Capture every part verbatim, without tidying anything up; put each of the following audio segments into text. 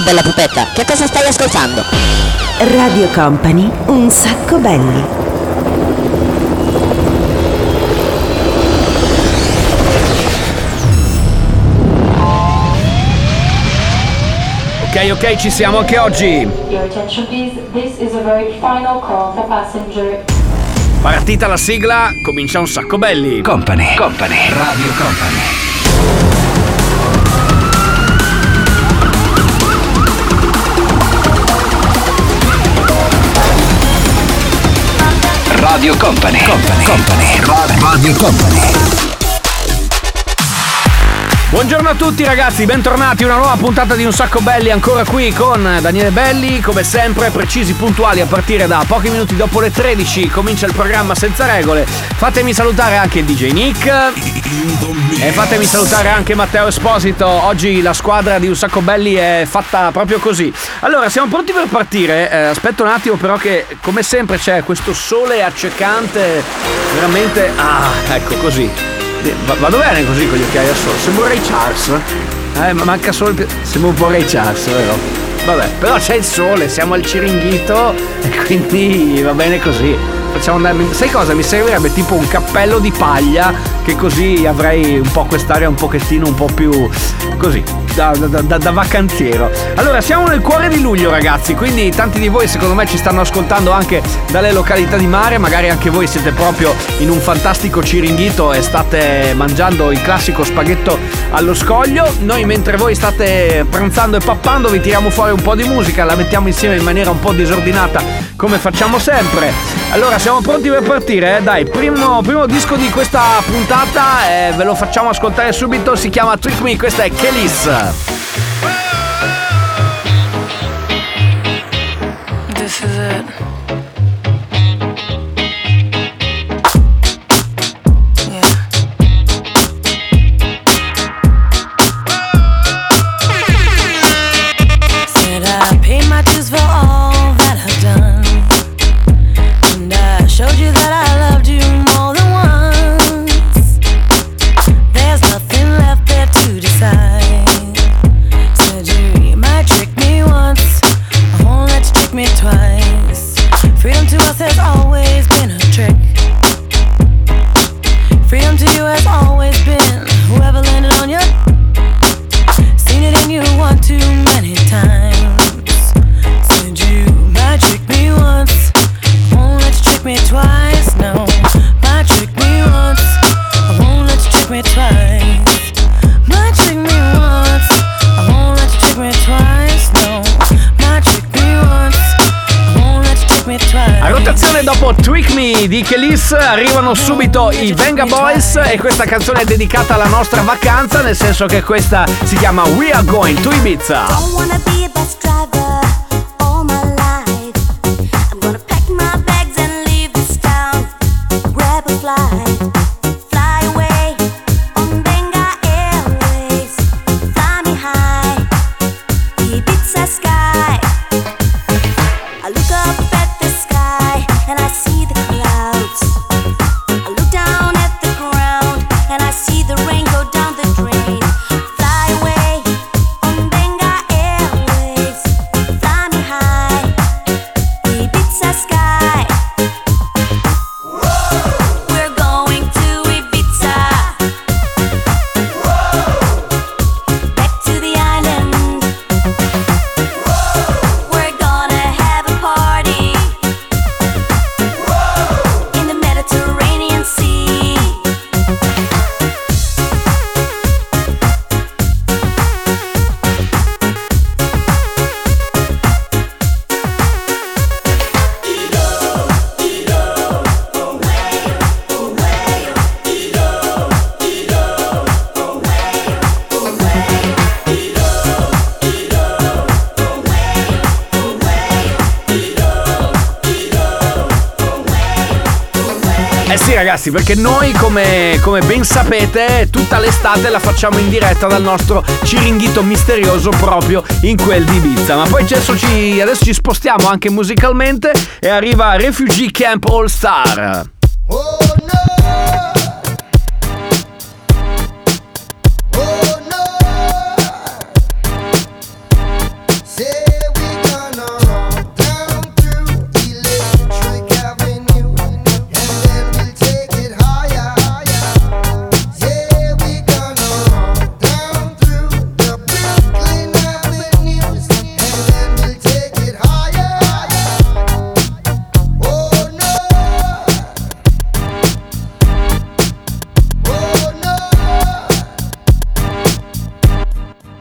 bella pupetta, che cosa stai ascoltando? Radio Company, un sacco belli. Ok, ok, ci siamo anche oggi. Your attention please, this is a very final call for passenger. Partita la sigla, comincia un sacco belli. Company, Company, Radio Company. Radio Company, Company, Company, Radio Company. Buongiorno a tutti ragazzi, bentornati, una nuova puntata di Un Sacco Belli, ancora qui con Daniele Belli, come sempre precisi, puntuali, a partire da pochi minuti dopo le tredici comincia il programma Senza Regole. Fatemi salutare anche il D J Nick e fatemi salutare anche Matteo Esposito. Oggi la squadra di Un Sacco Belli è fatta proprio così. Allora, siamo pronti per partire, eh, aspetta un attimo però che come sempre c'è questo sole accecante, veramente, ah, ecco così. Vado bene così con gli occhiali da sole. Sembro Ray Charles. Eh, ma manca solo il... Sembro un po' Ray Charles, vero? Vabbè, però c'è il sole, siamo al Ciringhito e quindi va bene così. Facciamo andare... Sai cosa? Mi servirebbe tipo un cappello di paglia, che così avrei un po' quest'aria un pochettino un po' più così, da, da, da, da vacanziero. Allora, siamo nel cuore di luglio ragazzi, quindi tanti di voi secondo me ci stanno ascoltando anche dalle località di mare. Magari anche voi siete proprio in un fantastico Ciringhito e state mangiando il classico spaghetto allo scoglio. Noi mentre voi state pranzando e pappando vi tiriamo fuori un po' di musica, la mettiamo insieme in maniera un po' disordinata come facciamo sempre. Allora, siamo pronti per partire? Eh? Dai, primo, primo disco di questa puntata, eh, ve lo facciamo ascoltare subito, si chiama Trick Me, questa è Kelis. This is it. Di Kelis arrivano subito i Venga Boys e questa canzone è dedicata alla nostra vacanza, nel senso che questa si chiama We Are Going to Ibiza. Eh sì ragazzi, perché noi come, come ben sapete tutta l'estate la facciamo in diretta dal nostro Ciringhito misterioso proprio in quel di Ibiza. Ma poi adesso ci, adesso ci spostiamo anche musicalmente e arriva Refugee Camp All Star. Oh no! Oh no!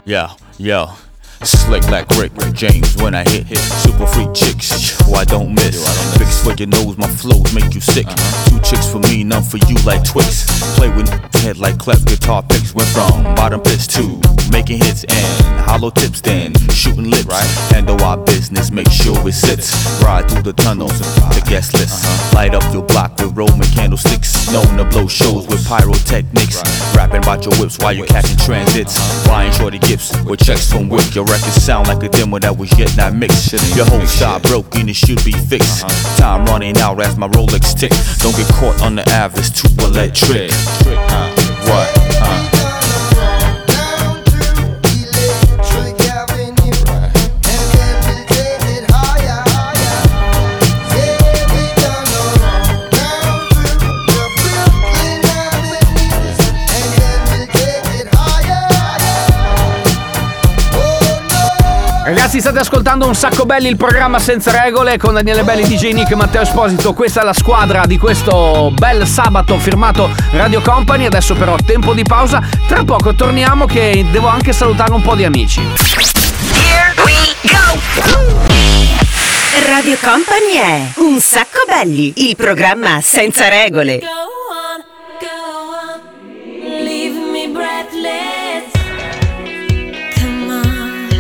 Yo, yo. Slick like Rick James when I hit, hit super freak chicks, who I don't miss. Fix for your nose, my flows make you sick. Two chicks for me, none for you like Twix. Play with head like clef guitar picks. Went from bottom pitch to making hits and hollow tips, then shooting lips. Handle our business, make sure it sits. Ride through the tunnels, the guest list. Light up your block with Roman candlesticks. Known to blow shows with pyrotechnics. Rapping about your whips while you catching transits. Buying shorty gifts with checks from Wick. Your records sound like a demo that was yet not mixed. Your whole style broken, it should be fixed. Time running out as my Rolex tick. Don't get caught on the Ave, it's too electric. What? Uh. Ragazzi, state ascoltando Un Sacco Belli, il programma senza regole con Daniele Belli, D J Nick e Matteo Esposito. Questa è la squadra di questo bel sabato firmato Radio Company. Adesso però tempo di pausa. Tra poco torniamo che devo anche salutare un po' di amici. Here we go! Radio Company è Un Sacco Belli, il programma senza regole. Go on, go on, leave me breathless. Come on.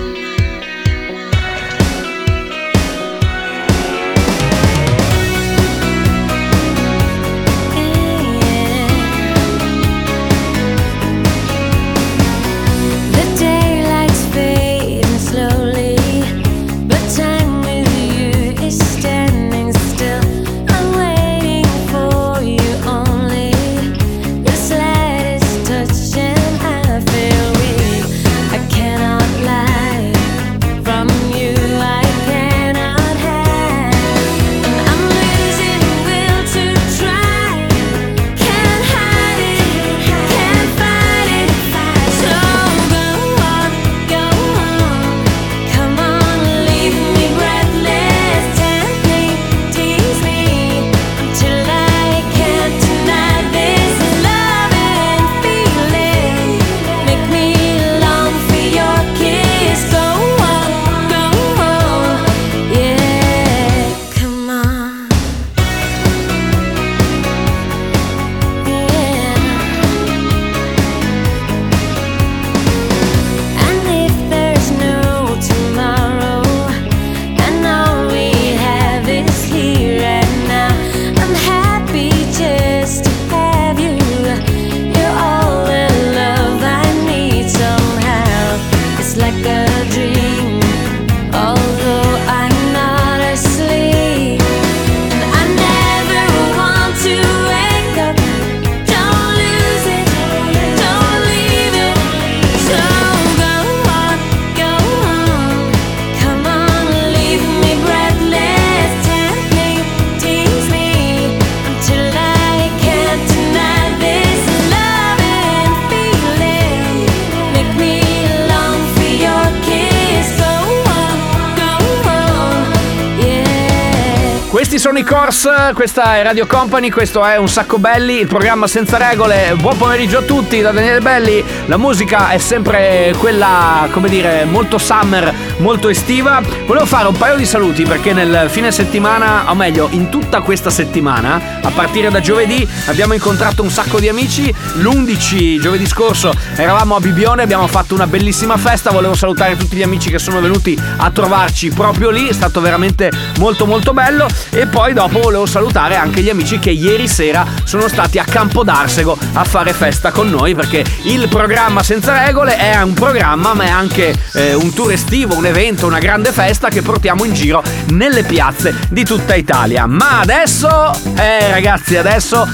Questi sono i Corrs, questa è Radio Company, questo è Un Sacco Belli, il programma senza regole. Buon pomeriggio a tutti da Daniele Belli. La musica è sempre quella, come dire, molto summer, molto estiva. Volevo fare un paio di saluti perché nel fine settimana, o meglio in tutta questa settimana, a partire da giovedì, abbiamo incontrato un sacco di amici. L'undici, giovedì scorso, eravamo a Bibione, abbiamo fatto una bellissima festa. Volevo salutare tutti gli amici che sono venuti a trovarci proprio lì, è stato veramente molto molto bello. E poi dopo volevo salutare anche gli amici che ieri sera sono stati a Campodarsego a fare festa con noi, perché il programma senza regole è un programma ma è anche eh, un tour estivo, un evento, una grande festa che portiamo in giro nelle piazze di tutta Italia. Ma adesso, eh ragazzi, adesso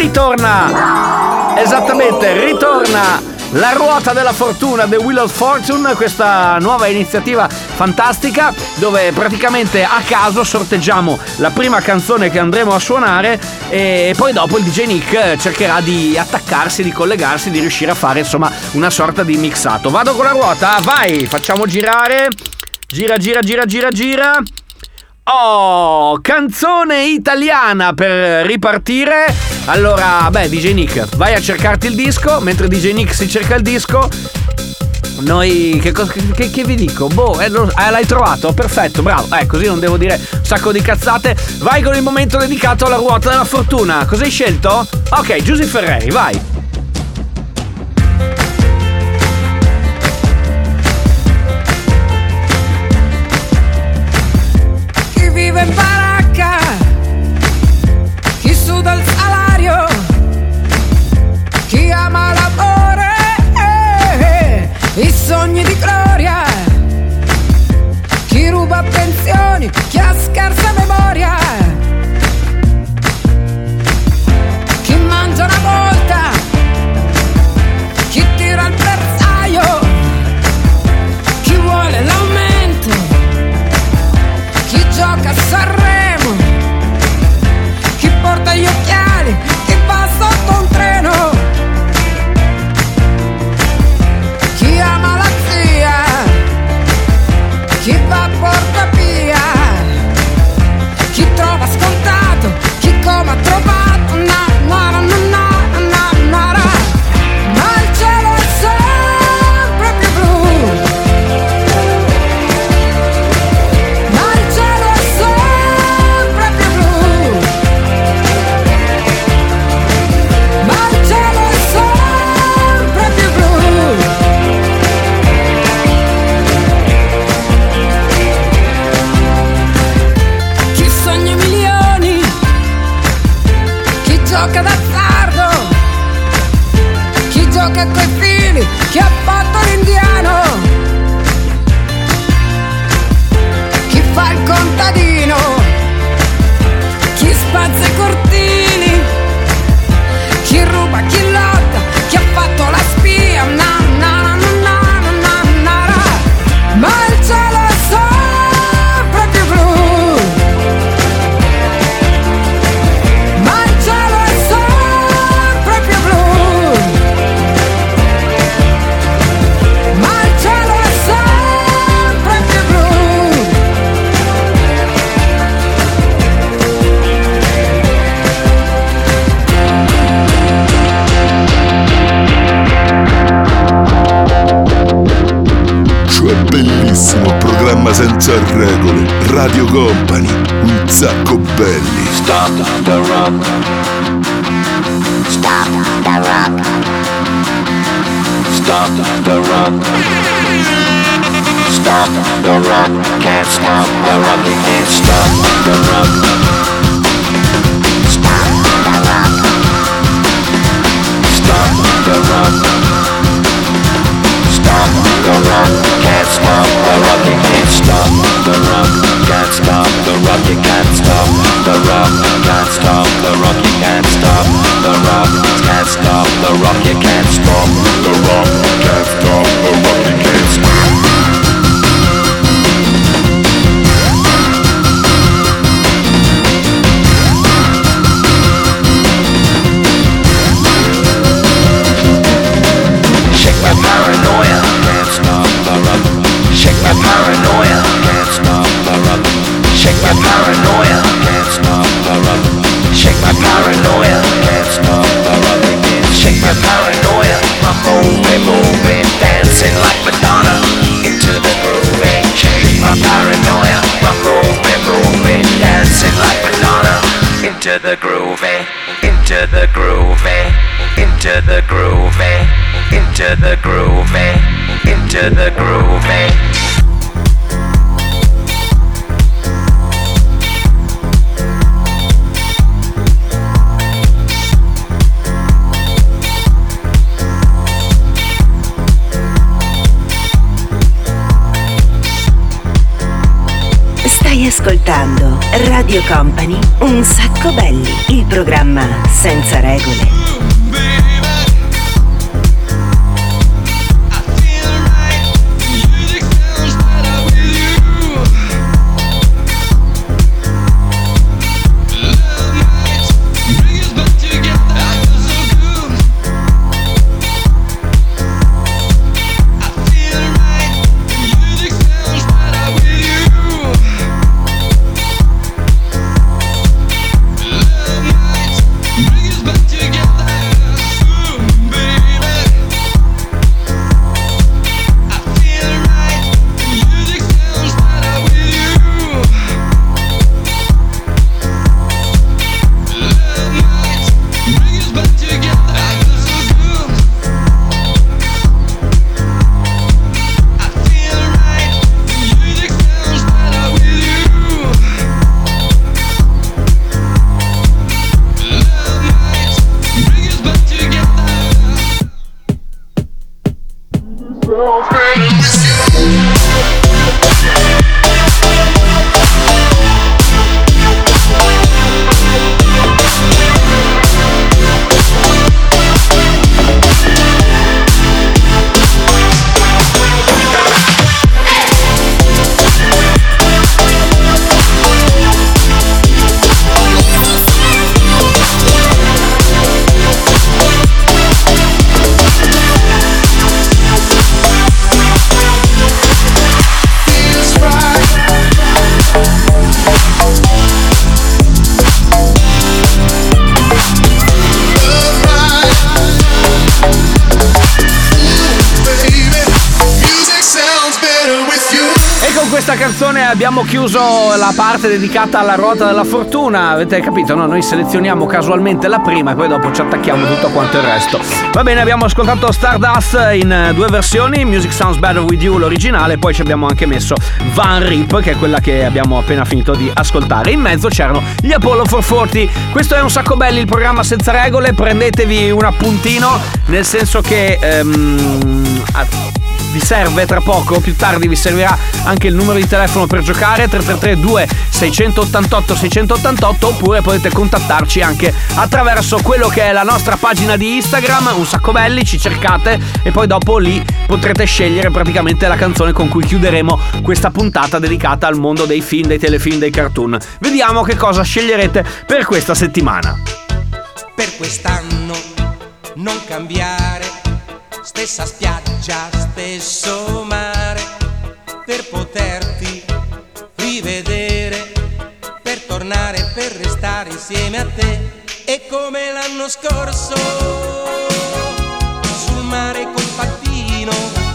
ritorna, esattamente, ritorna La Ruota della Fortuna, The Wheel of Fortune, questa nuova iniziativa fantastica dove praticamente a caso sorteggiamo la prima canzone che andremo a suonare e poi dopo il D J Nick cercherà di attaccarsi, di collegarsi, di riuscire a fare insomma una sorta di mixato. Vado con la ruota, vai, facciamo girare, gira gira gira gira gira. Oh, canzone italiana per ripartire. Allora, beh, D J Nick, vai a cercarti il disco. Mentre D J Nick si cerca il disco, Noi che, cos- che, che vi dico? Boh, eh, lo- eh, l'hai trovato? Perfetto, bravo. Eh, così non devo dire un sacco di cazzate. Vai con il momento dedicato alla ruota della fortuna. Cosa hai scelto? Ok, Giusy Ferreri, vai. Chi vive in baracca, chi suda il salario, chi ama l'amore, eh, eh, i sogni di gloria, chi ruba pensioni, chi ha scarsa memoria, chi mangia una volta, chi tira il bersaglio, chi vuole l'aumento, chi gioca a Sanremo, chi porta gli occhiali, chi va sotto un treno, chi ama la zia, chi va a Porta Pia, chi trova scontato, chi come ha trovato, na na na na na na na na. Ma il cielo è sempre più blu, ma il cielo è sempre più blu, ma il cielo è sempre più blu. Chi sogna milioni, chi gioca d'azzardo, chi gioca coi fili, chi ha fatto l'indiano, chi fa il contadino, chi spazza i cortili, chi ruba, chi lotta, chi ha fatto la spia, na na na na na na na na. Ma il cielo è sempre più blu, ma il cielo è sempre più blu, ma il cielo è sempre più blu. Cioè bellissimo programma senza regole. Radio Company, un sacco belli. Stop the rock. Stop the rock. Stop the rock. Stop the rock. Can't stop the rock. You can't stop the rock. Stop the rock. Stop the rock. Stop the rock. Can't stop the rock. You can't stop the rock. Can't stop the rock. You can't stop the rock. Can't stop the rock. You can't stop the rock. Can't stop the rock. You can't stop the rock. Can't stop the rock. You can't stop. Shake my paranoia. Can't stop the rock. Shake my paranoia. Can't stop the rock. Shake my paranoia. Can't stop the rock. Shake my paranoia. Can't stop the rock. Shake my paranoia. I'm moving, moving, dancing like Madonna into the groove. Shake my paranoia. I'm moving, moving, dancing like Madonna into the groove. Into the groove. Into the groove. Into the groove. Into the groove. Stai ascoltando Radio Company, un sacco belli, il programma senza regole. Bring us back together. questa canzone abbiamo chiuso la parte dedicata alla ruota della fortuna. Avete capito, no? Noi selezioniamo casualmente la prima e poi dopo ci attacchiamo tutto quanto il resto. Va bene, abbiamo ascoltato Stardust in due versioni, Music Sounds Better With You, l'originale, poi ci abbiamo anche messo Van Rip, che è quella che abbiamo appena finito di ascoltare. In mezzo c'erano gli Apollo quattrocentoquaranta. Questo è Un Sacco Belli, il programma senza regole. Prendetevi un appuntino, nel senso che ehm, vi serve tra poco, più tardi vi servirà anche il numero di telefono per giocare, tre tre tre due sei otto otto sei otto otto, oppure potete contattarci anche attraverso quello che è la nostra pagina di Instagram, Un Sacco Belli, ci cercate e poi dopo lì potrete scegliere praticamente la canzone con cui chiuderemo questa puntata dedicata al mondo dei film, dei telefilm, dei cartoon. Vediamo che cosa sceglierete per questa settimana. Per quest'anno non cambiare, stessa spiaggia, stesso mare, per poterti rivedere, per tornare, per restare insieme a te. E come l'anno scorso, sul mare col pattino,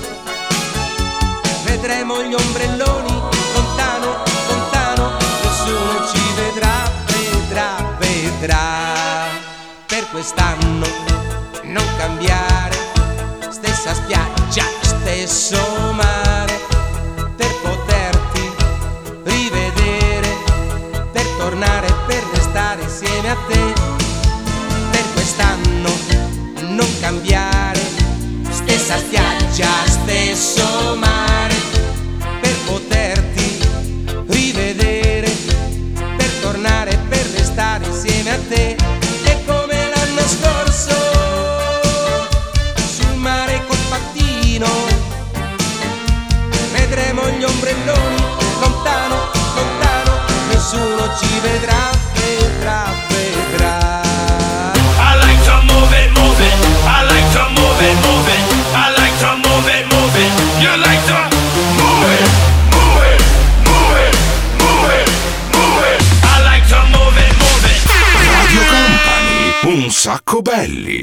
vedremo gli ombrelloni, lontano, lontano, nessuno ci vedrà, vedrà, vedrà. Per quest'anno non cambiare, stessa spiaggia, stesso mare, per poterti rivedere, per tornare, per restare insieme a te. Per quest'anno non cambiare, stessa spiaggia, stesso mare, per poterti rivedere, per tornare, per restare insieme a te. E come l'anno scorso, vedremo gli ombrelloni, lontano, lontano, nessuno ci vedrà, vedrà, vedrà. I like to move it, move it. I like to move it, move it. I like to move it, move it. You like to move it, move it, move it, move it, move it. I like to move it, move it. Radio Company, Un Sacco Belli.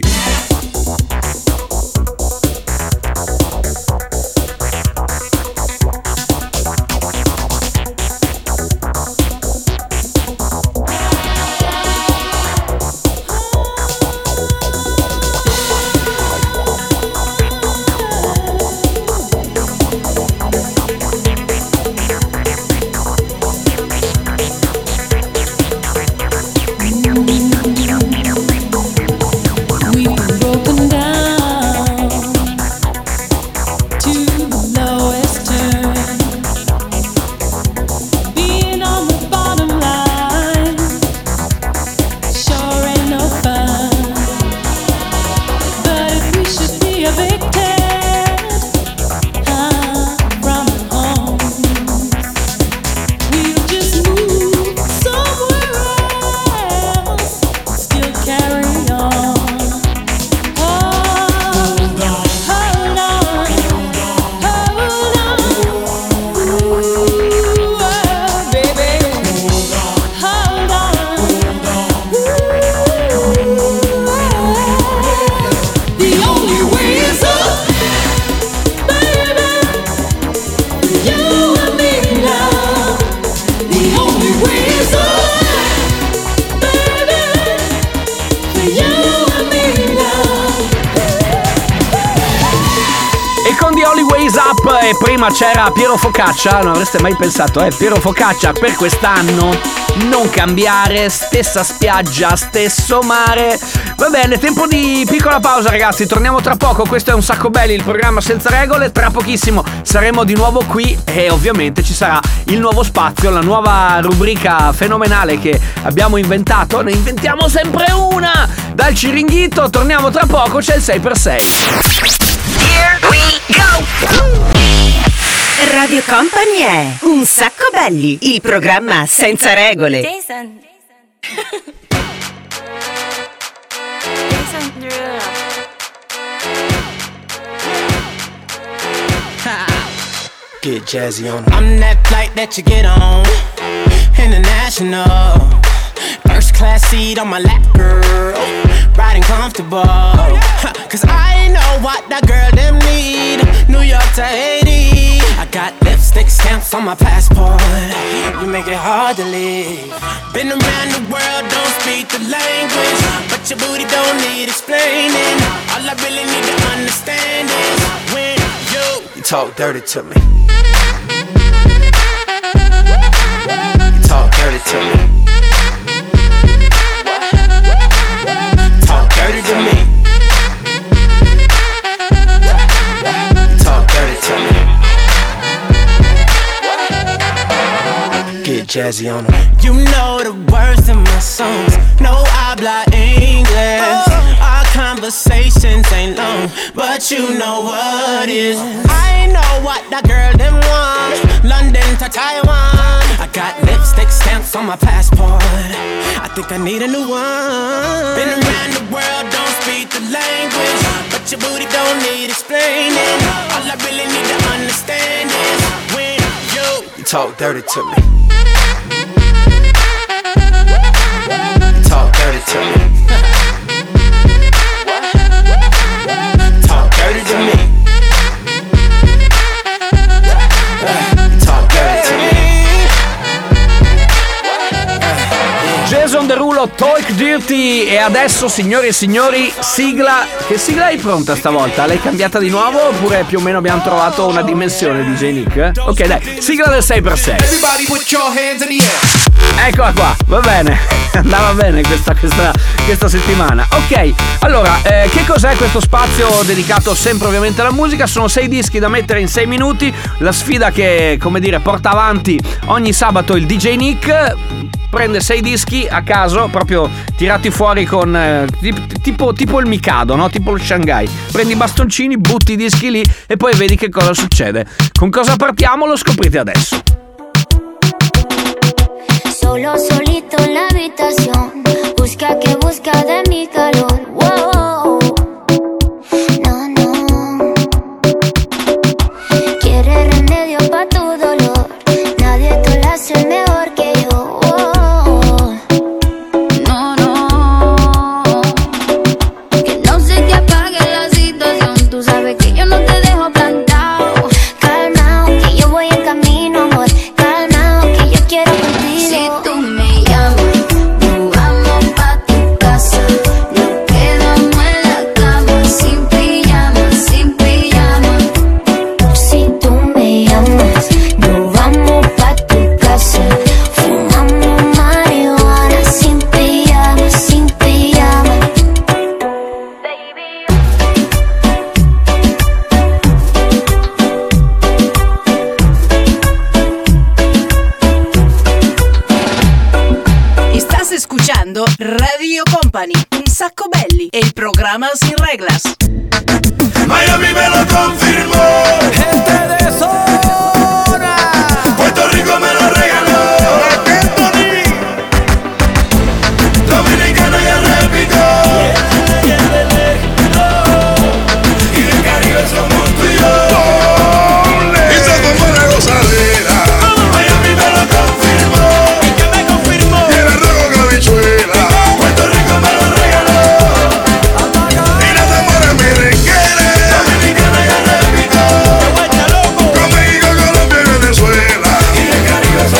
E prima c'era Piero Focaccia, non avreste mai pensato, eh, Piero Focaccia, per quest'anno non cambiare, stessa spiaggia, stesso mare. Va bene, tempo di piccola pausa ragazzi, torniamo tra poco, questo è Un Sacco Belli, il programma senza regole, tra pochissimo saremo di nuovo qui e ovviamente ci sarà il nuovo spazio, la nuova rubrica fenomenale che abbiamo inventato, ne inventiamo sempre una, dal Ciringhito, torniamo tra poco, c'è il sei per sei. Here we go! Radio Company è Un Sacco Belli, il programma senza regole. Jason. Jason Derulo. Get jazzy on. I'm that flight that you get on, international. First class seat on my lap, girl. Riding comfortable. Cause I know what that girl them need. New York to Haiti. I I got lipstick stamps on my passport. You make it hard to leave. Been around the world, don't speak the language, but your booty don't need explaining. All I really need to understand is when you, you talk dirty to me. You talk dirty to me. Talk dirty to me. You talk dirty to me. Get jazzy on them. You know the words in my songs. No habla English. Our conversations ain't long, but you know what is. I know what that girl them want. London to Taiwan. I got lipstick stamps on my passport. I think I need a new one. Been around the world, don't speak the language, but your booty don't need explaining. All I really need to understand is when you, you talk dirty to me. Talk dirty to me. Talk dirty to me. Talk dirty to me. Jason Derulo, Talk Dirty. E adesso, signori e signori, sigla. Che sigla hai pronta stavolta? L'hai cambiata di nuovo oppure più o meno abbiamo trovato una dimensione di D J Nick? Ok, dai, sigla del sei per sei. Everybody put your hands in the air. Eccola qua, va bene, andava bene questa, questa, questa settimana. Ok, allora, eh, che cos'è questo spazio dedicato sempre ovviamente alla musica? Sono sei dischi da mettere in sei minuti. La sfida che, come dire, porta avanti ogni sabato il D J Nick. Prende sei dischi a caso, proprio tirati fuori con eh, tipo, tipo il Mikado, no? Tipo lo Shanghai. Prendi i bastoncini, butti i dischi lì e poi vedi che cosa succede. Con cosa partiamo lo scoprite adesso. Solo solito en la habitación, busca que busca de mi calor. Wow. No, no. Quiere remedio pa' tu dolor, nadie te lo hace mejor que yo. Wow. No, no. Que no se te apague la situación, tú sabes que yo no te dejo plantado. Calmao, que yo voy en camino, amor. Calmao, que yo quiero contigo. Si tú me llamas, nos vamos pa' tu casa. Nos quedamos en la cama, sin pijama, sin pijama. Si tú me llamas, nos vamos pa' tu casa. Fumamos marihuana, sin pijama, sin pijama. Estás escuchando Radio Company, un sacco belli, el programa sin reglas. Miami me lo confirmó. Gente de zona. Puerto Rico me lo regaló. Dominicana ya repitió. Y del Caribe somos tú y yo. Y se tomó la gozadera. Miami me lo confirmó. ¿Y qué me confirmó? Y el arroz con habichuela. Puerto Rico me lo regaló. Y la zamora me requiere. Dominicana ya repitió. Con México, Colombia y Venezuela. Y del Caribe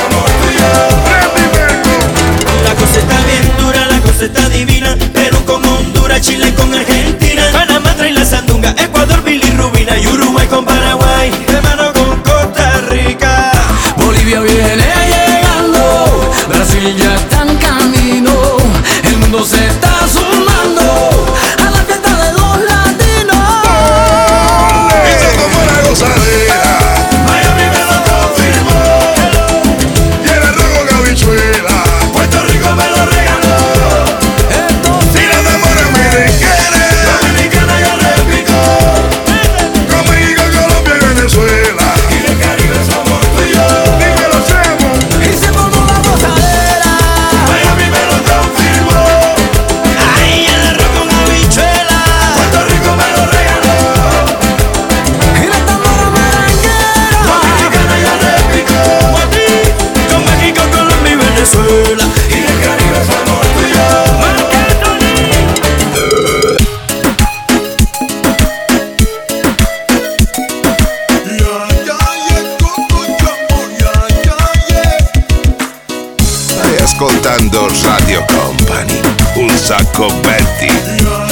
Radio Company, un sacco belli.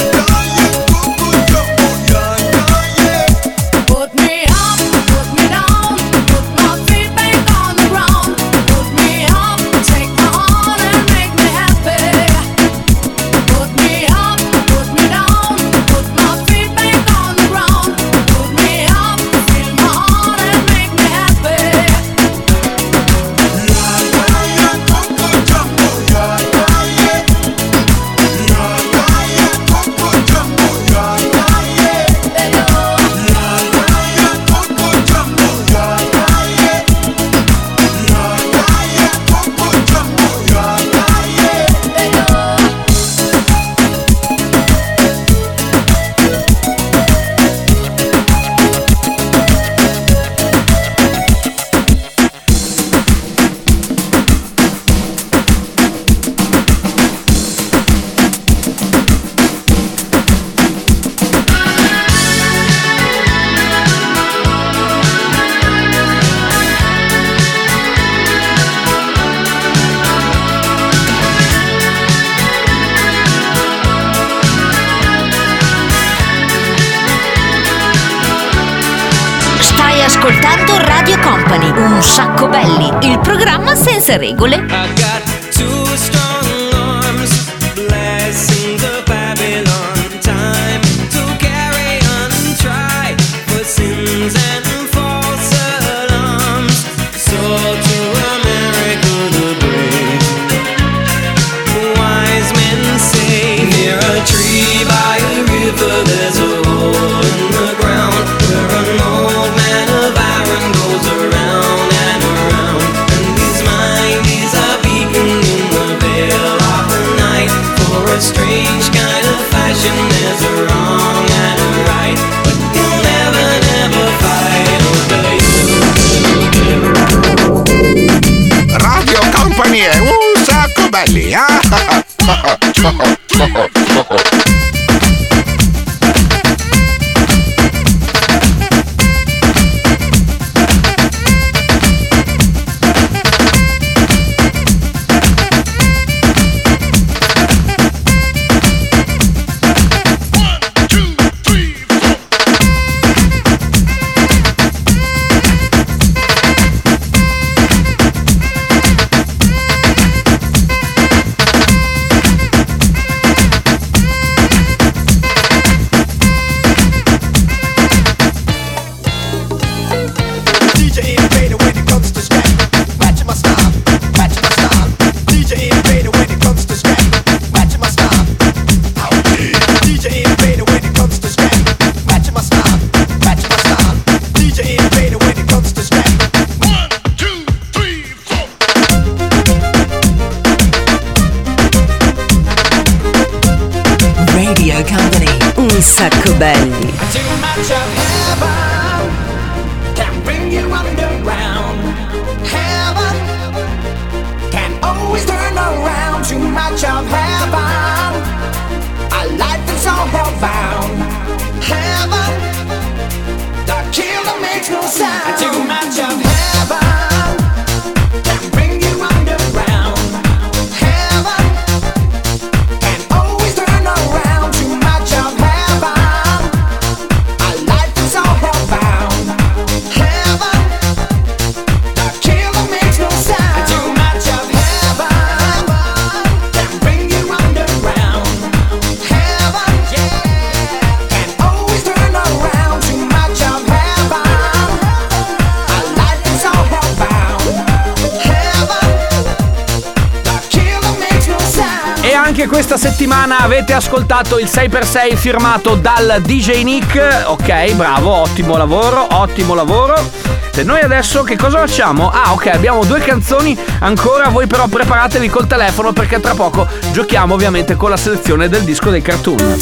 Ascoltando Radio Company, un sacco belli, il programma senza regole. I got two strong arms, blessings of Babylon. Time to carry on and try for sins and false alarms. So to America the brave, wise men say near a tree by a river there's a hole in the ground where an old man of iron goes around and around, and his mind is a beacon in the veil of the night. For a strange kind of fashion there's a wrong and a right, but he'll never, never fight over you. Radio Company è un sacco belli. Ah! Un sacco belli. Too much of heaven can bring you underground. Heaven can always turn around. Too much of heaven, our life is all hellbound. Heaven, the killer makes no sound. Too much of heaven can bring you underground. Heaven can always turn around. Too much of Anche questa settimana avete ascoltato il sei per sei firmato dal D J Nick. Ok, bravo, ottimo lavoro, ottimo lavoro. E noi adesso che cosa facciamo? Ah, ok, abbiamo due canzoni ancora. Voi però preparatevi col telefono perché tra poco giochiamo ovviamente con la selezione del disco dei cartoon.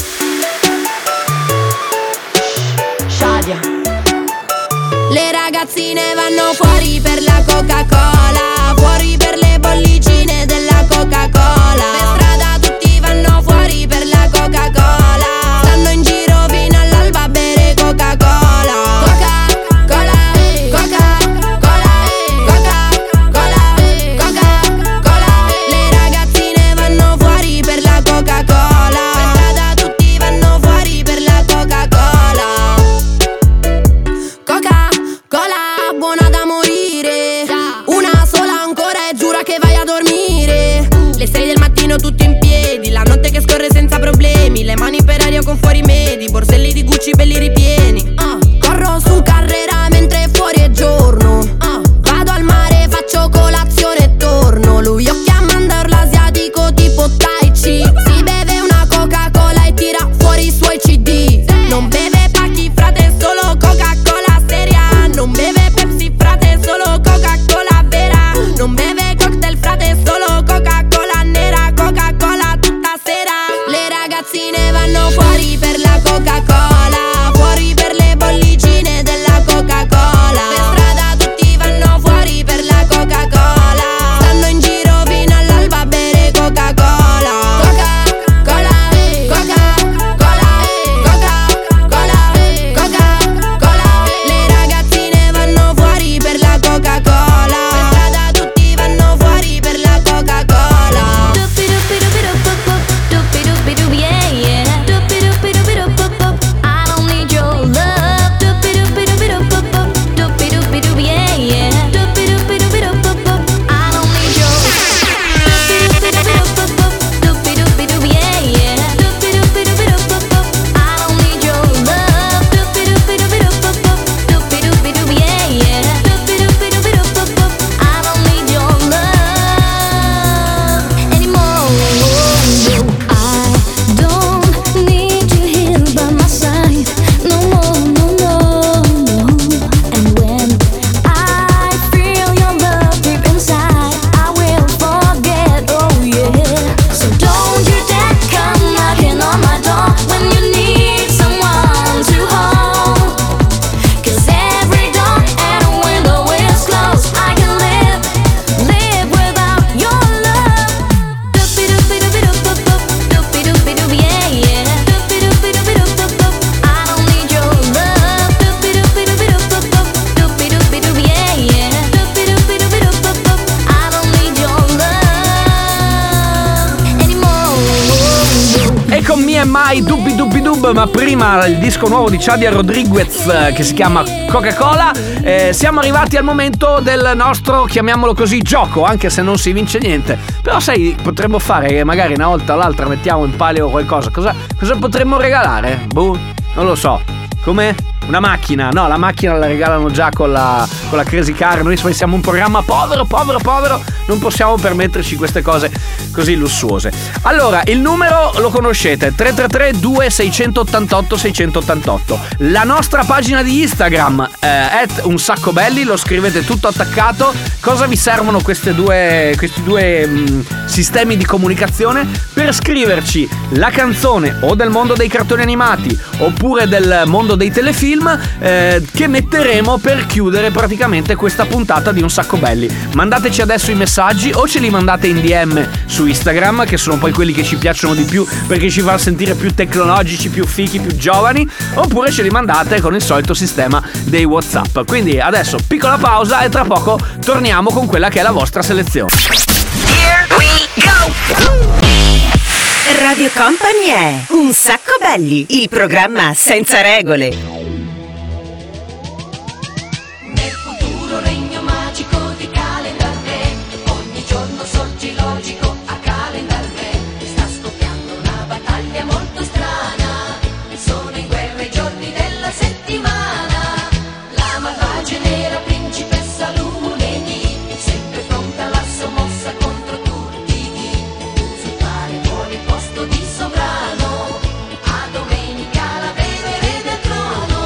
Shadia. Le ragazzine vanno fuori per la Coca-Cola, fuori per le bollicine della Coca-Cola. Per strada tutti vanno fuori per la Coca-Cola, stanno in giro fino all'alba a bere Coca-Cola. Coca-Cola, Coca-Cola, Coca-Cola, Coca-Cola. Le ragazzine vanno mattino tutto in piedi, la notte che scorre senza problemi, le mani per aria con fuori medi, borselli di Gucci belli ripieni. uh. Corro su Carrera mentre fuori è giorno, uh. vado al mare, faccio colazione e torno. Lui occhi a mandorla asiatico tipo Tai Chi, si beve una Coca-Cola e tira fuori i suoi C D. Non beve pacchi frate, solo Coca-Cola seria. Non beve Pepsi frate, solo Coca-Cola vera. Non beve cocktail frate, solo Coca-Cola nera. Coca-Cola tutta sera. Le ragazzine vanno fuori per la Coca-Cola, fuori per le bollicine della Coca-Cola. Per strada tutti vanno fuori per la Coca-Cola, stanno in giro fino all'alba a bere Coca-Cola. Coca-Cola, Coca-Cola, Coca-Cola, Coca-Cola. Le ragazzine vanno fuori per la Coca-Cola, per strada tutti vanno fuori per la Coca-Cola. Yeah, yeah. I don't need your love. Yeah, yeah. I don't need your. I don't need your. Yeah, yeah. I don't need your love. Anymore. I don't need you here by my side. No more, no, no, no. And when I feel your love deep inside, I will forget, oh yeah. So don't you dare come knocking on my door when you need someone to hold. 'Cause every door and a window is closed. I can live, live without your love. Yeah, yeah. I don't need your love. Yeah, yeah. I don't need your love anymore. E con Me and My Dubbi Dubbi Dub, ma prima il disco nuovo di Chadia Rodriguez eh, che si chiama Coca-Cola. Eh, siamo arrivati al momento del nostro, chiamiamolo così, gioco, anche se non si vince niente. Però sai, potremmo fare che magari una volta o l'altra mettiamo in palio qualcosa. Cosa, cosa potremmo regalare? Boh, non lo so. Come? Una macchina? No, la macchina la regalano già con la, con la Crazy Car. Noi siamo un programma povero, povero, povero. Non possiamo permetterci queste cose così lussuose. Allora, il numero lo conoscete: tre tre tre due sei otto otto sei otto otto. La nostra pagina di Instagram eh, at un sacco belli, lo scrivete tutto attaccato. Cosa vi servono queste due, questi due mh, sistemi di comunicazione? Per scriverci la canzone o del mondo dei cartoni animati oppure del mondo dei telefilm eh, che metteremo per chiudere praticamente questa puntata di Un Sacco Belli. Mandateci adesso i messaggi o ce li mandate in D M su Instagram, che sono poi quelli che ci piacciono di più perché ci fanno sentire più tecnologici, più fichi, più giovani, oppure ce li mandate con il solito sistema dei WhatsApp. Quindi adesso piccola pausa e tra poco torniamo con quella che è la vostra selezione. Here we go! Radio Company è Un Sacco Belli, il programma senza regole. Nel futuro regno magico di Calendar Day, ogni giorno sorgi logico a Calendar Day. Sta scoppiando una battaglia molto strana, sono in guerra i giorni della settimana. La malvagia nera principessa lunedì, sempre pronta alla sua mossa contro tutti. Usurpare vuole il posto di sovrano, a domenica la beve re del trono.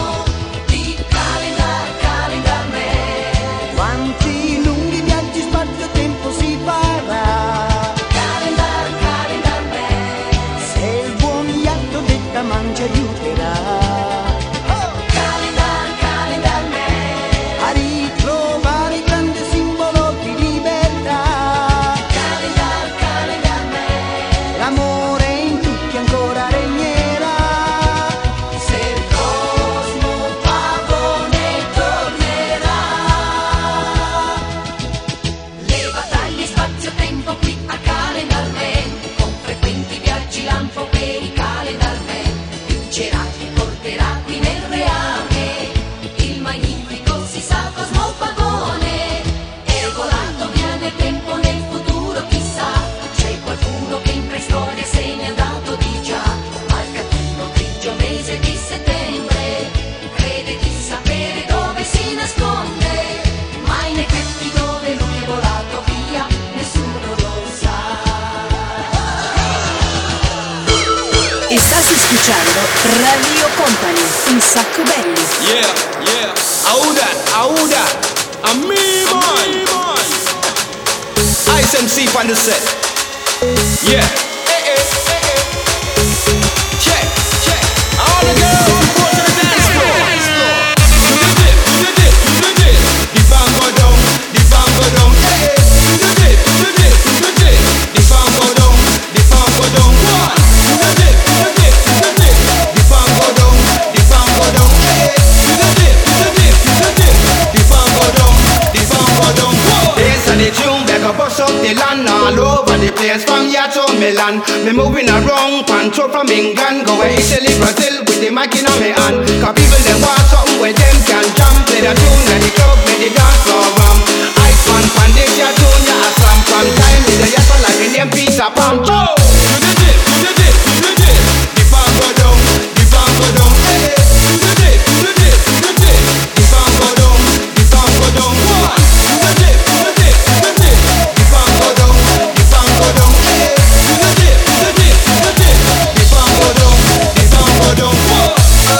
ascoltando Radio Company, un sacco belli. Yeah, yeah. Auda, Auda. A me boy. Ice M C on the set. Yeah. Eh, eh, eh, eh. Check, check. All the girls report to the dance floor. Do the dip, do the dip, do the dip. The bang go down, the bang go down. Eh, eh. Do the dip, do the dip, do the dip. The bang go down, the bang go down. One. Do the dip, do the dip, do the dip. The bang go down, the bang go down. Eh, eh. Do the dip, do the dip, do the dip. The bang go down, the bang go down. One. This and the tune back up bust up the land all over the place from here to Milan. Me moving around, control from England, go to Italy, Brazil with the mic in my hand. Cause people they want something where them can jump. Play the tune at the club, make the dance floor ram. Ice man, pan this your tune, ya a slam from time. With the yes like in them Peter Pan. Do the dip, do the dip, do the dip. The bang go down, the bang go down. Hey, do the dip, do the dip, do the dip. The bang go down, the bang go down. One, do the dip, do the dip, do the dip. The bang go down, the bang go down. Hey, do the dip, do the dip, do the dip. The bang go down, the bang go down. One.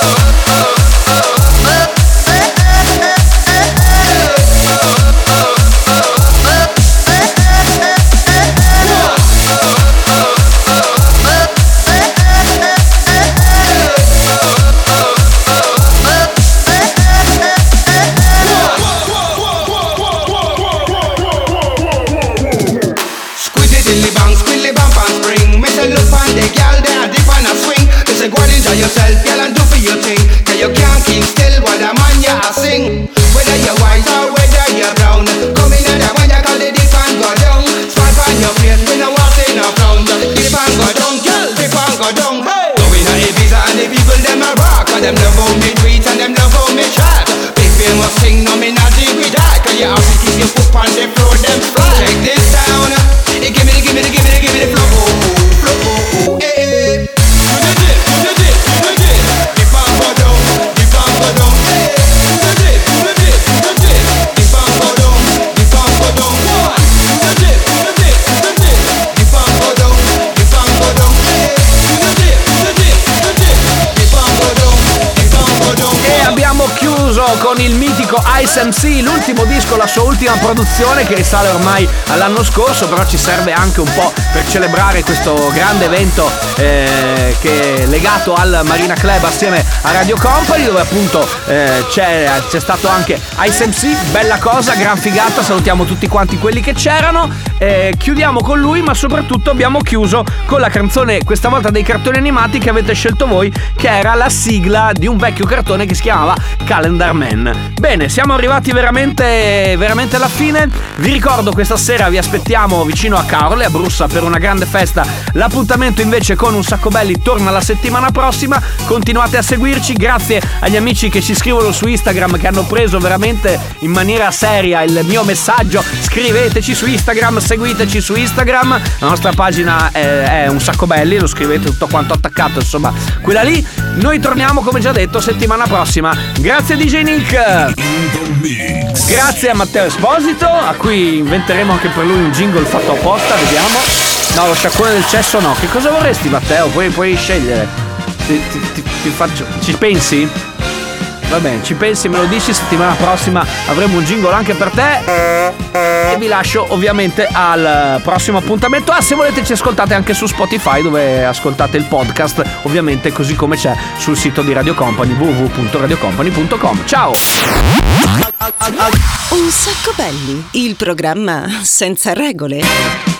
Yourself, girl, and do for your thing. Cause you can't keep still while the man ya a sing. Whether you're white or whether you're brown, come in and the one you call the dip and go down. Smile on your face, we no want say no frown. Dip and go down, girl, dip and go down. Hey, go in a Ibiza and the people them a rock. Cause them love how me tweet and them love how me chat. Big famous thing, no me not deal with that. Cause you have to keep your foot on the floor, them fly. Check this down. Hey, give me the, give me the, give me the, give me the flow. Oh, oh, flow, oh, oh, hey, hey. Do the dip, do the dip, do the dip. The bang go down, the bang go down. Hey, do the dip, do the dip, do the dip. The bang go down, the bang go down. One, do the dip, do the dip, do the dip. The bang go down, the bang go down. Hey, do the dip, do the dip, do the dip. The bang go down, the bang go down. E abbiamo chiuso con il mitico Ice M C, l'ultimo disco, la sua ultima produzione che risale ormai all'anno scorso, però ci serve anche un po' per celebrare questo grande evento eh, che è legato al Marina Club assieme a Radio Company, dove appunto eh, c'è, c'è stato anche Ice M C, bella cosa, gran figata, salutiamo tutti quanti quelli che c'erano, eh, chiudiamo con lui, ma soprattutto abbiamo chiuso con la canzone, questa volta dei cartoni animati che avete scelto voi, che era la sigla di un vecchio cartone che si chiamava Calendar Man. Bene, siamo arrivati veramente veramente alla fine. Vi ricordo, questa sera vi aspettiamo vicino a Caorle, a Brussa, per una grande festa. L'appuntamento invece con Un Sacco Belli torna la settimana prossima. Continuate a seguirci, grazie agli amici che ci scrivono su Instagram, che hanno preso veramente in maniera seria il mio messaggio. Scriveteci su Instagram, seguiteci su Instagram, la nostra pagina è, è Un Sacco Belli, lo scrivete tutto quanto attaccato, insomma quella lì. Noi torniamo, come già detto, settimana prossima. Grazie D J Nick, grazie a Matteo Esposito, a cui inventeremo anche per lui un jingle fatto apposta, vediamo. No, lo sciacquone del cesso no. Che cosa vorresti, Matteo? Puoi, puoi scegliere. Ti, ti, ti, ti faccio. Ci pensi? Va bene, ci pensi, me lo dici, settimana prossima avremo un jingle anche per te. E vi lascio ovviamente al prossimo appuntamento. Ah, se volete ci ascoltate anche su Spotify, dove ascoltate il podcast, ovviamente, così come c'è sul sito di Radio Company, w w w punto radio company punto com. Ciao! Un Sacco Belli, il programma senza regole.